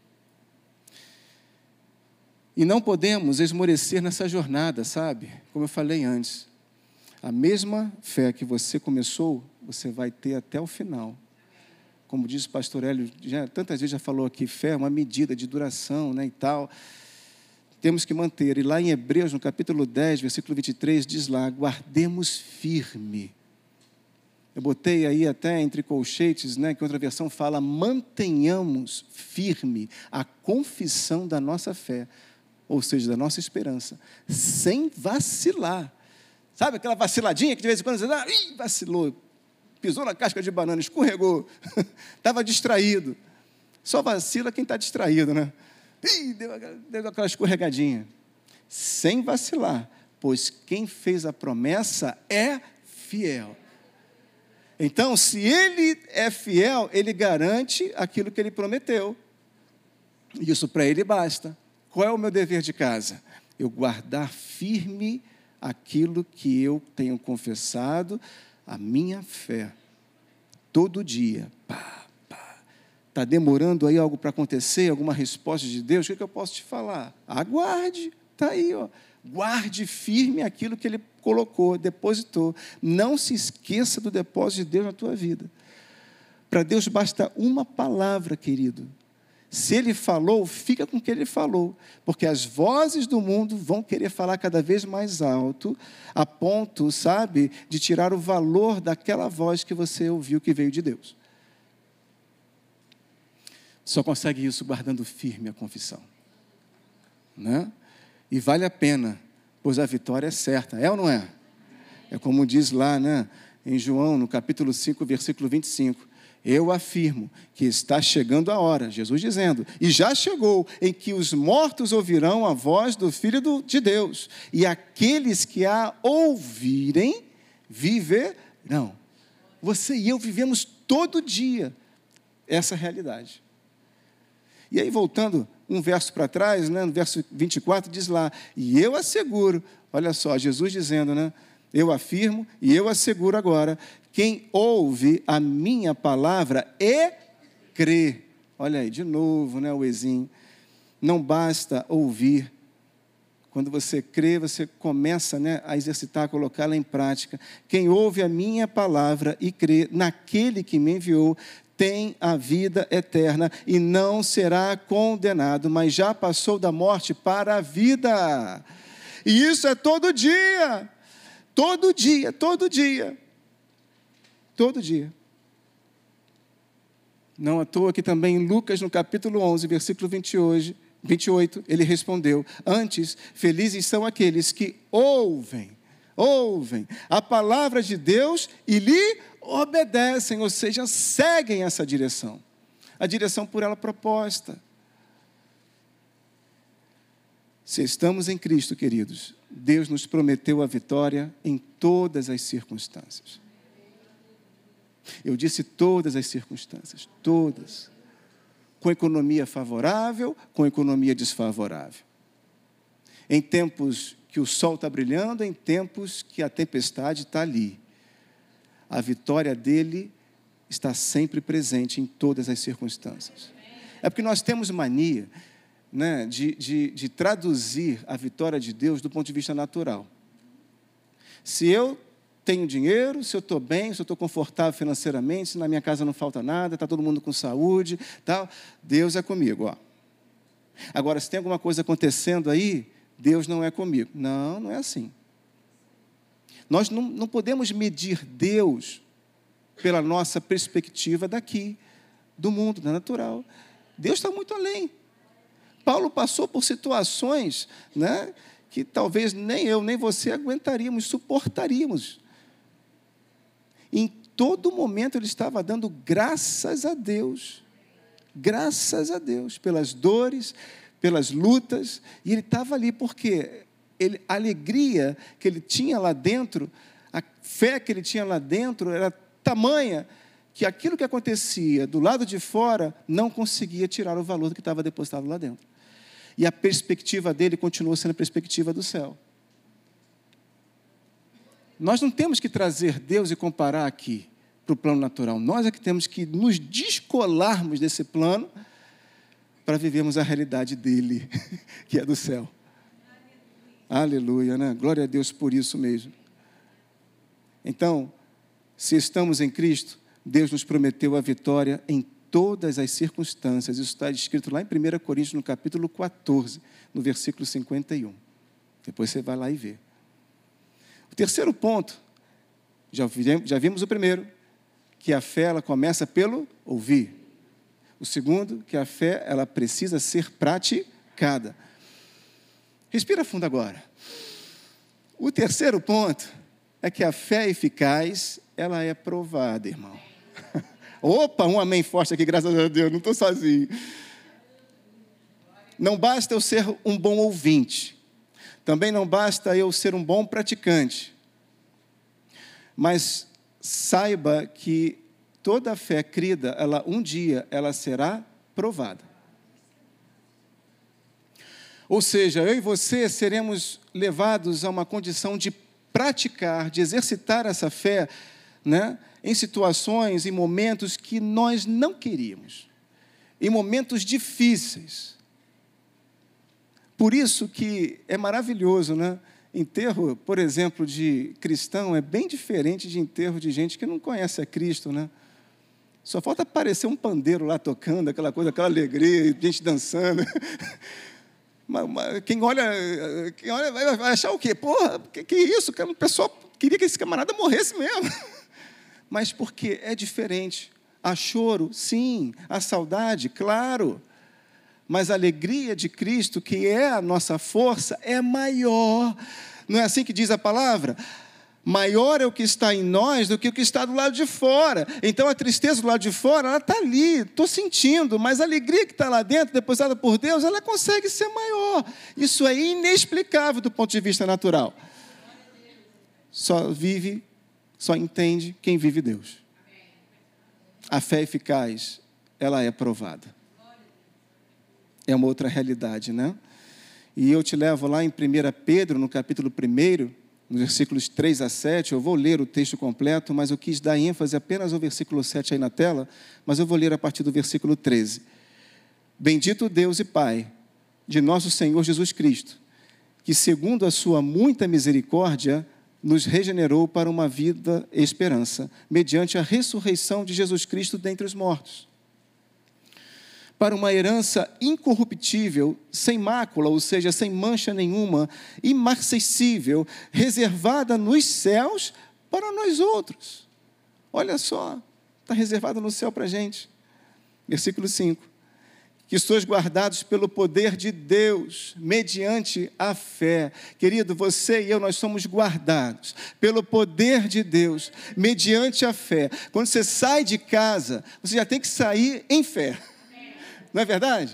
E não podemos esmorecer nessa jornada, sabe? Como eu falei antes. A mesma fé que você começou, você vai ter até o final. Como diz o pastor Hélio, já, tantas vezes já falou aqui, fé é uma medida de duração, né, e tal. Temos que manter. E lá em Hebreus, no capítulo dez, versículo vinte e três, diz lá, guardemos firme. Eu botei aí até entre colchetes, né, que outra versão fala, mantenhamos firme a confissão da nossa fé, ou seja, da nossa esperança, sem vacilar. Sabe aquela vaciladinha que de vez em quando você dá, ih, vacilou, pisou na casca de banana, escorregou, estava distraído. Só vacila quem está distraído, né? Ih, deu, deu aquela escorregadinha. Sem vacilar, pois quem fez a promessa é fiel. Então, se ele é fiel, ele garante aquilo que ele prometeu. Isso para ele basta. Qual é o meu dever de casa? Eu guardar firme aquilo que eu tenho confessado, a minha fé. Todo dia. Pá, pá. Está demorando aí algo para acontecer, alguma resposta de Deus? O que, é que eu posso te falar? Aguarde. Está aí, ó. Guarde firme aquilo que Ele colocou, depositou. Não se esqueça do depósito de Deus na tua vida. Para Deus basta uma palavra, querido. Se ele falou, fica com o que ele falou, porque as vozes do mundo vão querer falar cada vez mais alto, a ponto, sabe, de tirar o valor daquela voz que você ouviu que veio de Deus. Só consegue isso guardando firme a confissão, né? E vale a pena, pois a vitória é certa, é ou não é? É como diz lá, né, em João, no capítulo cinco, versículo vinte e cinco, eu afirmo que está chegando a hora, Jesus dizendo, e já chegou, em que os mortos ouvirão a voz do Filho do, de Deus, e aqueles que a ouvirem, viverão. Você e eu vivemos todo dia essa realidade. E aí, voltando um verso para trás, né, no verso vinte e quatro, diz lá, e eu asseguro, olha só, Jesus dizendo, né, eu afirmo e eu asseguro agora, quem ouve a minha palavra e crê. Olha aí, de novo, né, o ezinho. Não basta ouvir. Quando você crê, você começa, né, a exercitar, a colocá-la em prática. Quem ouve a minha palavra e crê naquele que me enviou, tem a vida eterna e não será condenado, mas já passou da morte para a vida. E isso é todo dia. Todo dia, todo dia. Todo dia. Não à toa que também em Lucas, no capítulo onze, versículo vinte e oito, ele respondeu, antes, felizes são aqueles que ouvem, ouvem a palavra de Deus e lhe obedecem, ou seja, seguem essa direção. A direção por ela proposta. Se estamos em Cristo, queridos, Deus nos prometeu a vitória em todas as circunstâncias. Eu disse todas as circunstâncias, todas. Com economia favorável, com economia desfavorável. Em tempos que o sol está brilhando, em tempos que a tempestade está ali. A vitória dele está sempre presente em todas as circunstâncias. É porque nós temos mania, né, de, de, de traduzir a vitória de Deus do ponto de vista natural. Se eu tenho dinheiro, se eu estou bem, se eu estou confortável financeiramente, se na minha casa não falta nada, está todo mundo com saúde, tal, Deus é comigo. Ó. Agora, se tem alguma coisa acontecendo aí, Deus não é comigo. Não, não é assim. Nós não, não podemos medir Deus pela nossa perspectiva daqui, do mundo, da natural. Deus está muito além. Paulo passou por situações, né, que talvez nem eu, nem você aguentaríamos, suportaríamos. Em todo momento ele estava dando graças a Deus, graças a Deus, pelas dores, pelas lutas, e ele estava ali porque ele, a alegria que ele tinha lá dentro, a fé que ele tinha lá dentro era tamanha, que aquilo que acontecia do lado de fora não conseguia tirar o valor que estava depositado lá dentro. E a perspectiva dele continuou sendo a perspectiva do céu. Nós não temos que trazer Deus e comparar aqui para o plano natural. Nós é que temos que nos descolarmos desse plano para vivermos a realidade dele, que é do céu. Aleluia, né? Glória a Deus por isso mesmo. Então, se estamos em Cristo, Deus nos prometeu a vitória em todas as circunstâncias. Isso está escrito lá em primeira Coríntios, no capítulo quatorze, no versículo cinquenta e um. Depois você vai lá e vê. O terceiro ponto, já vimos, já vimos o primeiro, que a fé ela começa pelo ouvir. O segundo, que a fé ela precisa ser praticada. Respira fundo agora. O terceiro ponto é que a fé eficaz, ela é provada, irmão. Opa, um amém forte aqui, graças a Deus, não estou sozinho. Não basta eu ser um bom ouvinte. Também não basta eu ser um bom praticante. Mas saiba que toda a fé crida, ela, um dia, ela será provada. Ou seja, eu e você seremos levados a uma condição de praticar, de exercitar essa fé, né, em situações, em momentos que nós não queríamos, em momentos difíceis. Por isso que é maravilhoso, né? Enterro, por exemplo, de cristão é bem diferente de enterro de gente que não conhece a Cristo, né? Só falta aparecer um pandeiro lá tocando, aquela coisa, aquela alegria, gente dançando. Mas, mas, quem olha, quem olha vai achar o quê? Porra, que, que isso? O pessoal queria que esse camarada morresse mesmo. Mas porque é diferente. Há choro, sim. Há saudade, claro. Mas a alegria de Cristo, que é a nossa força, é maior. Não é assim que diz a palavra? Maior é o que está em nós do que o que está do lado de fora. Então, a tristeza do lado de fora, ela está ali, estou sentindo, mas a alegria que está lá dentro, depositada por Deus, ela consegue ser maior. Isso é inexplicável do ponto de vista natural. Só vive, só entende quem vive Deus. A fé eficaz, ela é provada. É uma outra realidade, né? E eu te levo lá em primeira Pedro, no capítulo primeiro, nos versículos três a sete, eu vou ler o texto completo, mas eu quis dar ênfase apenas ao versículo sete aí na tela, mas eu vou ler a partir do versículo treze. Bendito Deus e Pai de nosso Senhor Jesus Cristo, que segundo a sua muita misericórdia, nos regenerou para uma vida e esperança, mediante a ressurreição de Jesus Cristo dentre os mortos, para uma herança incorruptível, sem mácula, ou seja, sem mancha nenhuma, imarcessível, reservada nos céus para nós outros. Olha só, está reservada no céu para a gente. Versículo cinco. Que sois guardados pelo poder de Deus, mediante a fé. Querido, você e eu, nós somos guardados pelo poder de Deus, mediante a fé. Quando você sai de casa, você já tem que sair em fé. Não é verdade?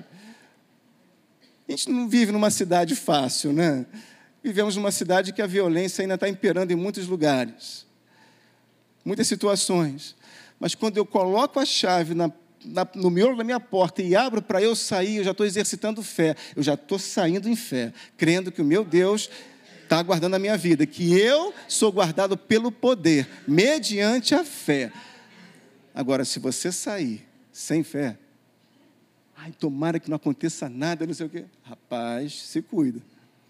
A gente não vive numa cidade fácil, né? Vivemos numa cidade que a violência ainda está imperando em muitos lugares. Muitas situações. Mas quando eu coloco a chave na, na, no miolo da minha porta e abro para eu sair, eu já estou exercitando fé. Eu já estou saindo em fé, crendo que o meu Deus está guardando a minha vida, que eu sou guardado pelo poder, mediante a fé. Agora, se você sair sem fé, ai, tomara que não aconteça nada, não sei o quê. Rapaz, se cuida.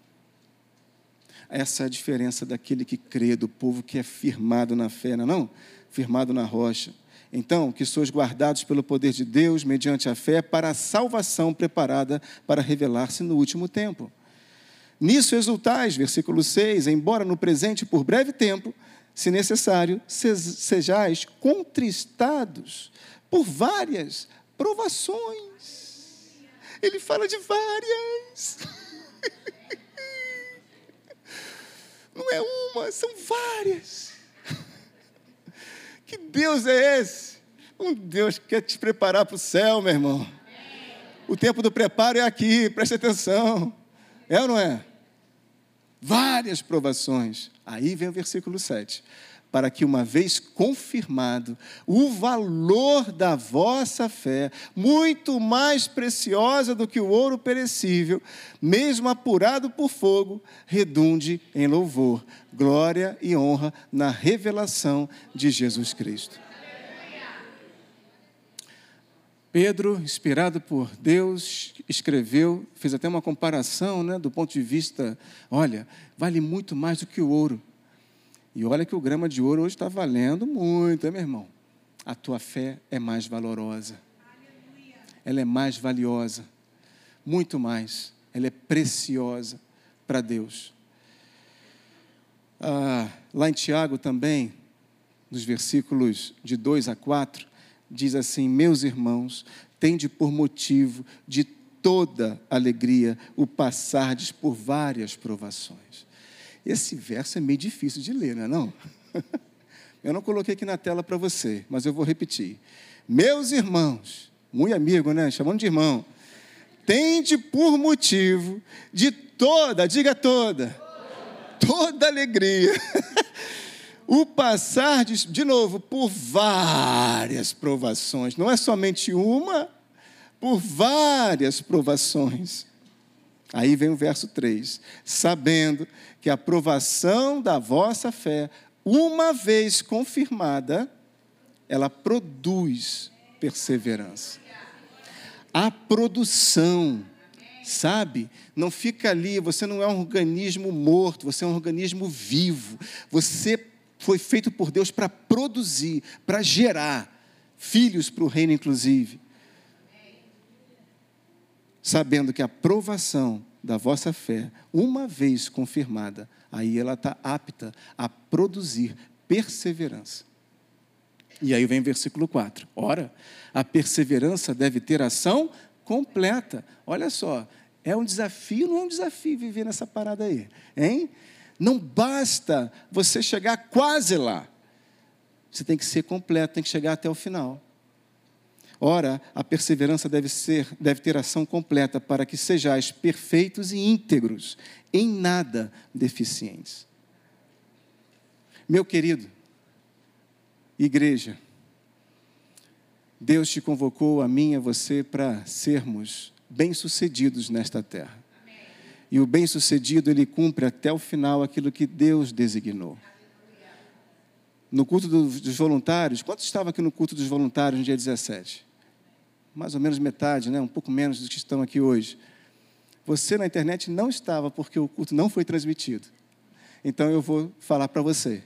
Essa é a diferença daquele que crê, do povo que é firmado na fé, não é não? Firmado na rocha. Então, que sois guardados pelo poder de Deus, mediante a fé, para a salvação preparada para revelar-se no último tempo. Nisso exultais, versículo seis, embora no presente, por breve tempo, se necessário, sejais contristados por várias provações. Ele fala de várias. Não é uma, são várias. Que Deus é esse? Um Deus que quer te preparar para o céu, meu irmão. O tempo do preparo é aqui, preste atenção. É ou não é? Várias provações. Aí vem o versículo sete. Para que, uma vez confirmado o valor da vossa fé, muito mais preciosa do que o ouro perecível, mesmo apurado por fogo, redunde em louvor, glória e honra na revelação de Jesus Cristo. Pedro, inspirado por Deus, escreveu, fez até uma comparação, né, do ponto de vista, olha, vale muito mais do que o ouro. E olha que o grama de ouro hoje está valendo muito, hein, meu irmão? A tua fé é mais valorosa. Ela é mais valiosa. Muito mais. Ela é preciosa para Deus. Ah, lá em Tiago também, nos versículos de dois a quatro, diz assim: meus irmãos, tende por motivo de toda alegria o passardes por várias provações. Esse verso é meio difícil de ler, não é não? Eu não coloquei aqui na tela para você, mas eu vou repetir. Meus irmãos, muito amigo, né? Chamando de irmão. Tende por motivo de toda, diga toda, toda alegria. O passar, de, de novo, por várias provações. Não é somente uma, por várias provações. Aí vem o verso três. Sabendo que a provação da vossa fé, uma vez confirmada, ela produz perseverança. A produção, sabe? Não fica ali, você não é um organismo morto, você é um organismo vivo. Você foi feito por Deus para produzir, para gerar. filhos para o reino inclusive, sabendo que a provação da vossa fé, uma vez confirmada, aí ela está apta a produzir perseverança. E aí vem o versículo quatro. Ora, a perseverança deve ter ação completa. Olha só, é um desafio, não é um desafio viver nessa parada aí, hein? Não basta você chegar quase lá. Você tem que ser completo, tem que chegar até o final. Ora, a perseverança deve ser, deve ter ação completa para que sejais perfeitos e íntegros, em nada deficientes. Meu querido, igreja, Deus te convocou, a mim e a você, para sermos bem-sucedidos nesta terra. Amém. E o bem-sucedido, ele cumpre até o final aquilo que Deus designou. No culto dos voluntários, quantos estavam aqui no culto dos voluntários no dia dezessete? Mais ou menos metade, né? Um pouco menos dos que estão aqui hoje. Você na internet não estava, porque o culto não foi transmitido. Então eu vou falar para você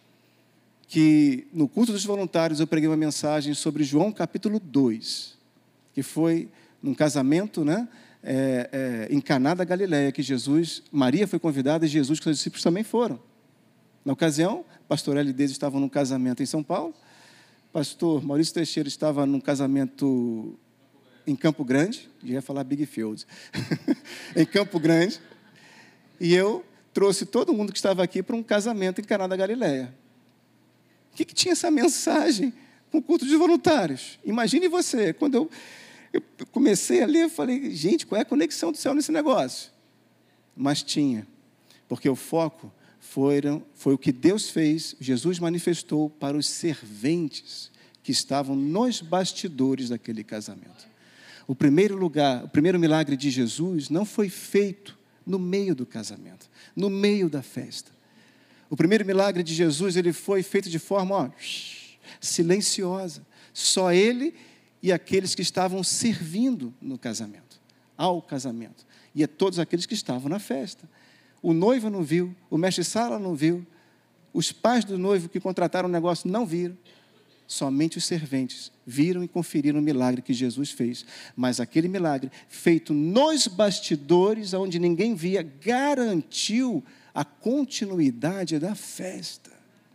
que no culto dos voluntários eu preguei uma mensagem sobre João capítulo dois, que foi num casamento, né, é, é, em Caná da Galileia, que Jesus, Maria foi convidada e Jesus com os discípulos também foram. Na ocasião, pastor L. Deus estava num casamento em São Paulo, pastor Maurício Teixeira estava num casamento em Campo Grande, eu ia falar Big Field, em Campo Grande, e eu trouxe todo mundo que estava aqui para um casamento em Caná da Galileia. O que, que tinha essa mensagem com o culto de voluntários? Imagine você, quando eu, eu comecei a ler, eu falei, gente, qual é a conexão do céu nesse negócio? Mas tinha, porque o foco foram, foi o que Deus fez, Jesus manifestou para os serventes que estavam nos bastidores daquele casamento. O primeiro lugar, o primeiro milagre de Jesus não foi feito no meio do casamento, no meio da festa. O primeiro milagre de Jesus, ele foi feito de forma ó, silenciosa. Só ele e aqueles que estavam servindo no casamento, ao casamento. E a todos aqueles que estavam na festa. O noivo não viu, o mestre-sala não viu, os pais do noivo que contrataram o negócio não viram. Somente os serventes viram e conferiram o milagre que Jesus fez. Mas aquele milagre, feito nos bastidores, onde ninguém via, garantiu a continuidade da festa.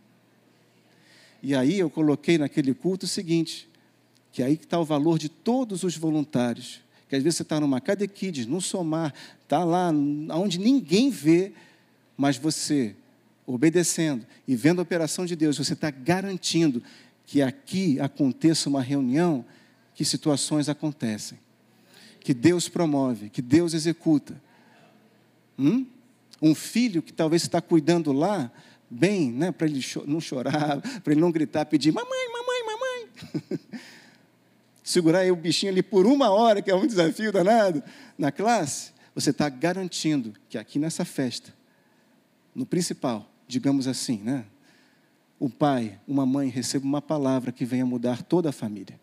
E aí eu coloquei naquele culto o seguinte, que aí está o valor de todos os voluntários, que às vezes você está numa catequide, num somar, está lá onde ninguém vê, mas você, obedecendo e vendo a operação de Deus, você está garantindo que aqui aconteça uma reunião, que situações acontecem, que Deus promove, que Deus executa. Hum? Um filho que talvez você está cuidando lá, bem, né, para ele cho- não chorar, para ele não gritar, pedir, mamãe, mamãe, mamãe. Segurar aí o bichinho ali por uma hora, que é um desafio danado, na classe, você está garantindo que aqui nessa festa, no principal, digamos assim, né, o pai, uma mãe, receba uma palavra que venha mudar toda a família.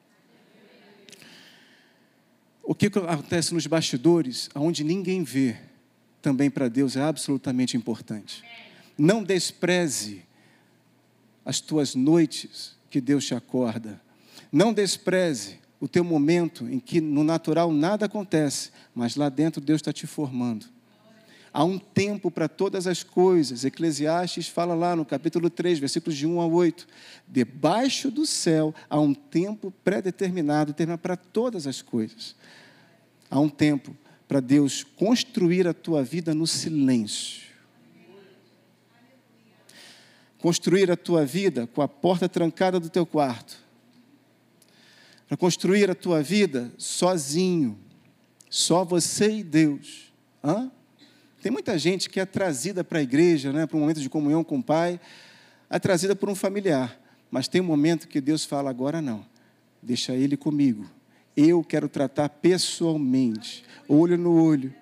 O que acontece nos bastidores, onde ninguém vê, também para Deus é absolutamente importante. Não despreze as tuas noites que Deus te acorda. Não despreze o teu momento em que no natural nada acontece, mas lá dentro Deus está te formando. Há um tempo para todas as coisas. Eclesiastes fala lá no capítulo três, versículos de um a oito. Debaixo do céu há um tempo pré-determinado, determinado para todas as coisas. Há um tempo para Deus construir a tua vida no silêncio. Construir a tua vida com a porta trancada do teu quarto. Para construir a tua vida sozinho. Só você e Deus. Hã? Tem muita gente que é trazida para a igreja, né, para um momento de comunhão com o Pai, é trazida por um familiar. Mas tem um momento que Deus fala, agora não. Deixa ele comigo. Eu quero tratar pessoalmente, olho no olho,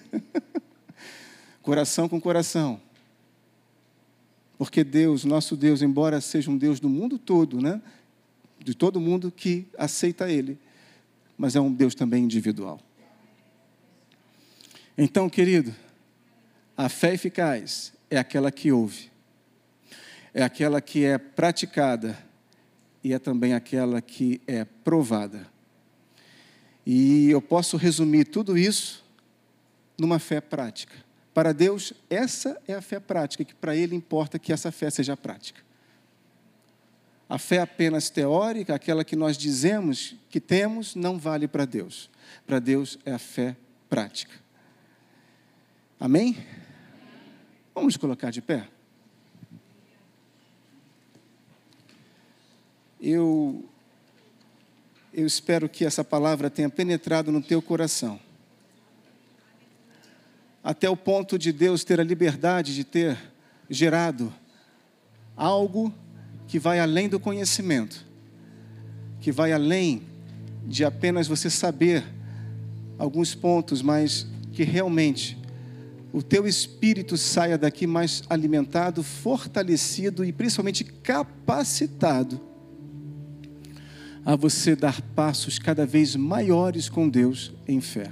coração com coração. Porque Deus, nosso Deus, embora seja um Deus do mundo todo, né? De todo mundo que aceita Ele, mas é um Deus também individual. Então, querido, a fé eficaz é aquela que ouve, é aquela que é praticada e é também aquela que é provada. E eu posso resumir tudo isso numa fé prática. Para Deus, essa é a fé prática, que para Ele importa que essa fé seja prática. A fé apenas teórica, aquela que nós dizemos que temos, não vale para Deus. Para Deus é a fé prática. Amém? Vamos nos colocar de pé? Eu, eu espero que essa palavra tenha penetrado no teu coração. Até o ponto de Deus ter a liberdade de ter gerado algo que vai além do conhecimento, que vai além de apenas você saber alguns pontos, mas que realmente o teu espírito saia daqui mais alimentado, fortalecido e principalmente capacitado a você dar passos cada vez maiores com Deus em fé.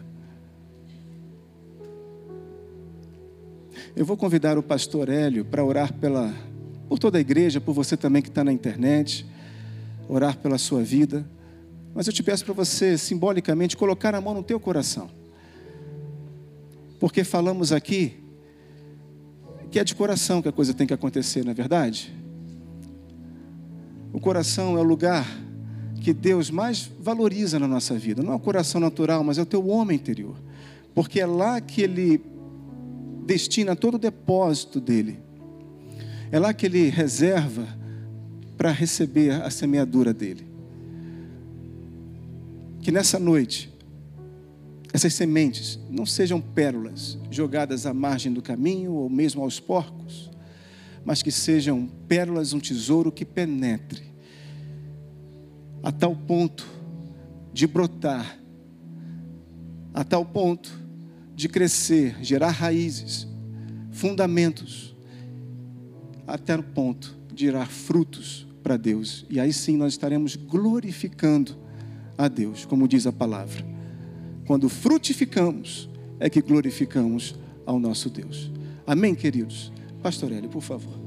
Eu vou convidar o pastor Hélio para orar pela, por toda a igreja, por você também que está na internet, orar pela sua vida. Mas eu te peço para você, simbolicamente, colocar a mão no teu coração. Porque falamos aqui que é de coração que a coisa tem que acontecer, não é verdade? O coração é o lugar que Deus mais valoriza na nossa vida. Não é o coração natural, mas é o teu homem interior. Porque é lá que Ele destina todo o depósito dele. É lá que Ele reserva para receber a semeadura dele. Que nessa noite, essas sementes não sejam pérolas jogadas à margem do caminho ou mesmo aos porcos, mas que sejam pérolas, um tesouro que penetre a tal ponto de brotar, a tal ponto de crescer, gerar raízes, fundamentos, até o ponto de gerar frutos para Deus. E aí sim nós estaremos glorificando a Deus, como diz a palavra. Quando frutificamos, é que glorificamos ao nosso Deus. Amém, queridos? Pastor Hélio, por favor.